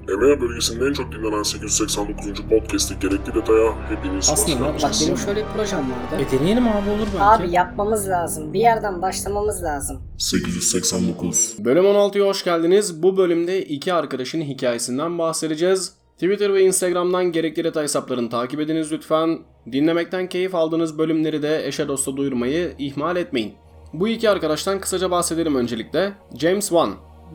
EMEA bölgesinin en çok dinlenen 889. podcast'i Gerekli Detaya hepiniz hoş Aslında bak geldiniz. benim şöyle bir projem vardı. Deneyelim abi, olur belki. Abi yapmamız lazım. Bir yerden başlamamız lazım. 889. Bölüm 16'ya hoş geldiniz. Bu bölümde iki arkadaşın hikayesinden bahsedeceğiz. Twitter ve Instagram'dan Gerekli Detay hesaplarını takip ediniz lütfen. Dinlemekten keyif aldığınız bölümleri de eşe dosta duyurmayı ihmal etmeyin. Bu iki arkadaştan kısaca bahsedelim öncelikle. James Wan,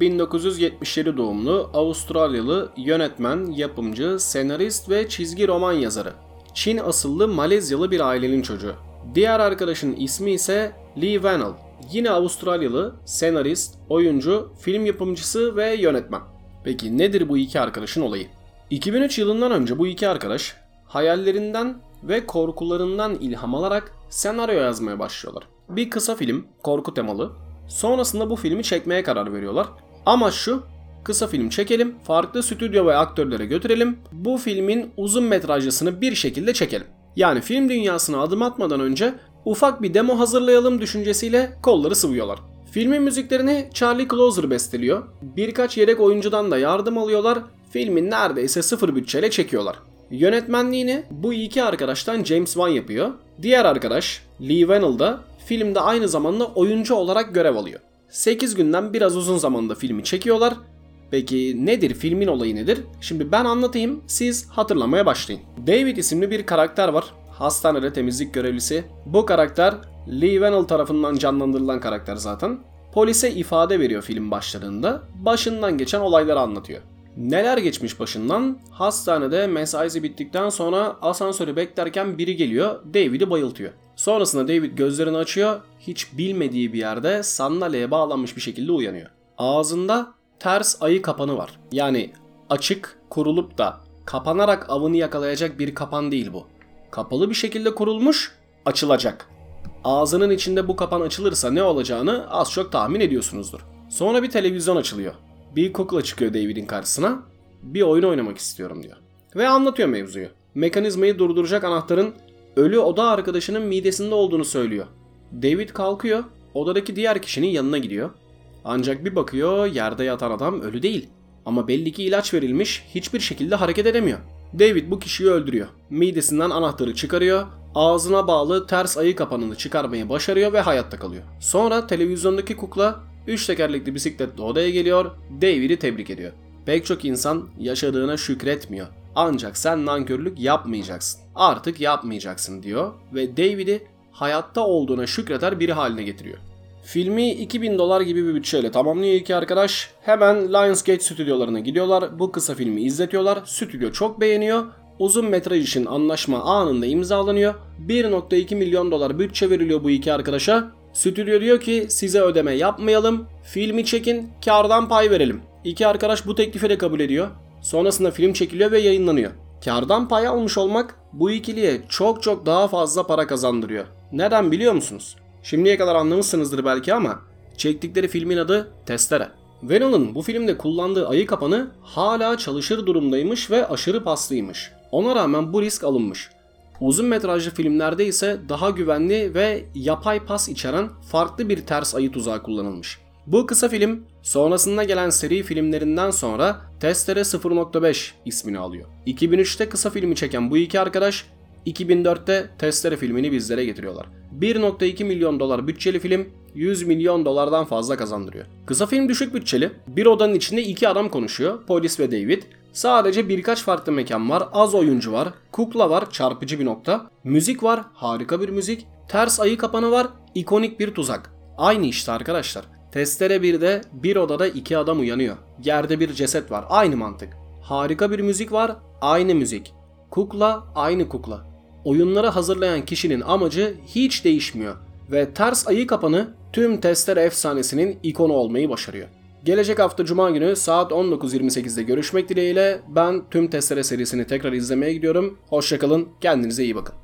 1977 doğumlu Avustralyalı yönetmen, yapımcı, senarist ve çizgi roman yazarı. Çin asıllı Malezyalı bir ailenin çocuğu. Diğer arkadaşın ismi ise Lee Vanell. Yine Avustralyalı, senarist, oyuncu, film yapımcısı ve yönetmen. Peki nedir bu iki arkadaşın olayı? 2003 yılından önce bu iki arkadaş hayallerinden ve korkularından ilham alarak senaryo yazmaya başlıyorlar. Bir kısa film, korku temalı. Sonrasında bu filmi çekmeye karar veriyorlar. Amaç şu: kısa film çekelim, farklı stüdyo ve aktörlere götürelim, bu filmin uzun metrajlısını bir şekilde çekelim. Yani film dünyasına adım atmadan önce ufak bir demo hazırlayalım düşüncesiyle kolları sıvıyorlar. Filmin müziklerini Charlie Closer besteliyor. Birkaç yedek oyuncudan da yardım alıyorlar. Filmin neredeyse sıfır bütçeyle çekiyorlar. Yönetmenliğini bu iki arkadaştan James Wan yapıyor. Diğer arkadaş Lee Vanell da filmde aynı zamanda oyuncu olarak görev alıyor. 8 günden biraz uzun zamanda filmi çekiyorlar. Peki nedir, filmin olayı nedir? Şimdi ben anlatayım, siz hatırlamaya başlayın. David isimli bir karakter var. Hastanede temizlik görevlisi. Bu karakter Lee Vanell tarafından canlandırılan karakter zaten. Polise ifade veriyor film başladığında. Başından geçen olayları anlatıyor. Neler geçmiş başından? Hastanede mesaisi bittikten sonra asansörü beklerken biri geliyor, David'i bayıltıyor. Sonrasında David gözlerini açıyor, hiç bilmediği bir yerde sandalyeye bağlanmış bir şekilde uyanıyor. Ağzında ters ayı kapanı var. Yani açık, kurulup da kapanarak avını yakalayacak bir kapan değil bu. Kapalı bir şekilde kurulmuş, açılacak. Ağzının içinde bu kapan açılırsa ne olacağını az çok tahmin ediyorsunuzdur. Sonra bir televizyon açılıyor. Bir kukla çıkıyor David'in karşısına. Bir oyun oynamak istiyorum diyor. Ve anlatıyor mevzuyu. Mekanizmayı durduracak anahtarın ölü oda arkadaşının midesinde olduğunu söylüyor. David kalkıyor, odadaki diğer kişinin yanına gidiyor. Ancak bir bakıyor, yerde yatan adam ölü değil. Ama belli ki ilaç verilmiş, hiçbir şekilde hareket edemiyor. David bu kişiyi öldürüyor. Midesinden anahtarı çıkarıyor, ağzına bağlı ters ayı kapanını çıkarmayı başarıyor ve hayatta kalıyor. Sonra televizyondaki kukla 3 tekerlekli bisikletle odaya geliyor, David'i tebrik ediyor. Pek çok insan yaşadığına şükretmiyor. Ancak sen nankörlük yapmayacaksın. Artık yapmayacaksın diyor ve David'i hayatta olduğuna şükreder biri haline getiriyor. Filmi $2000 gibi bir bütçeyle tamamlıyor iki arkadaş. Hemen Lionsgate stüdyolarına gidiyorlar. Bu kısa filmi izletiyorlar. Stüdyo çok beğeniyor. Uzun metraj için anlaşma anında imzalanıyor. $1.2 milyon bütçe veriliyor bu iki arkadaşa. Stüdyo diyor ki size ödeme yapmayalım. Filmi çekin, kardan pay verelim. İki arkadaş bu teklifi de kabul ediyor. Sonrasında film çekiliyor ve yayınlanıyor. Kardan pay almış olmak bu ikiliye çok daha fazla para kazandırıyor. Neden biliyor musunuz? Şimdiye kadar anlamışsınızdır belki ama çektikleri filmin adı Testere. Vanell'ın bu filmde kullandığı ayı kapanı hala çalışır durumdaymış ve aşırı paslıymış. Ona rağmen bu risk alınmış. Uzun metrajlı filmlerde ise daha güvenli ve yapay pas içeren farklı bir ters ayı tuzağı kullanılmış. Bu kısa film sonrasında gelen seri filmlerinden sonra Testere 0.5 ismini alıyor. 2003'te kısa filmi çeken bu iki arkadaş 2004'te Testere filmini bizlere getiriyorlar. $1.2 milyon bütçeli film $100 milyon fazla kazandırıyor. Kısa film düşük bütçeli. Bir odanın içinde iki adam konuşuyor. Polis ve David. Sadece birkaç farklı mekan var. Az oyuncu var. Kukla var. Çarpıcı bir nokta. Müzik var. Harika bir müzik. Ters ayı kapanı var. İkonik bir tuzak. Aynı işte arkadaşlar. Testere 1'de bir odada iki adam uyanıyor. Yerde bir ceset var. Aynı mantık. Harika bir müzik var. Aynı müzik. Kukla aynı kukla. Oyunları hazırlayan kişinin amacı hiç değişmiyor ve ters ayı kapanı tüm Testere efsanesinin ikonu olmayı başarıyor. Gelecek hafta Cuma günü saat 19.28'de görüşmek dileğiyle ben tüm Testere serisini tekrar izlemeye gidiyorum. Hoşça kalın, kendinize iyi bakın.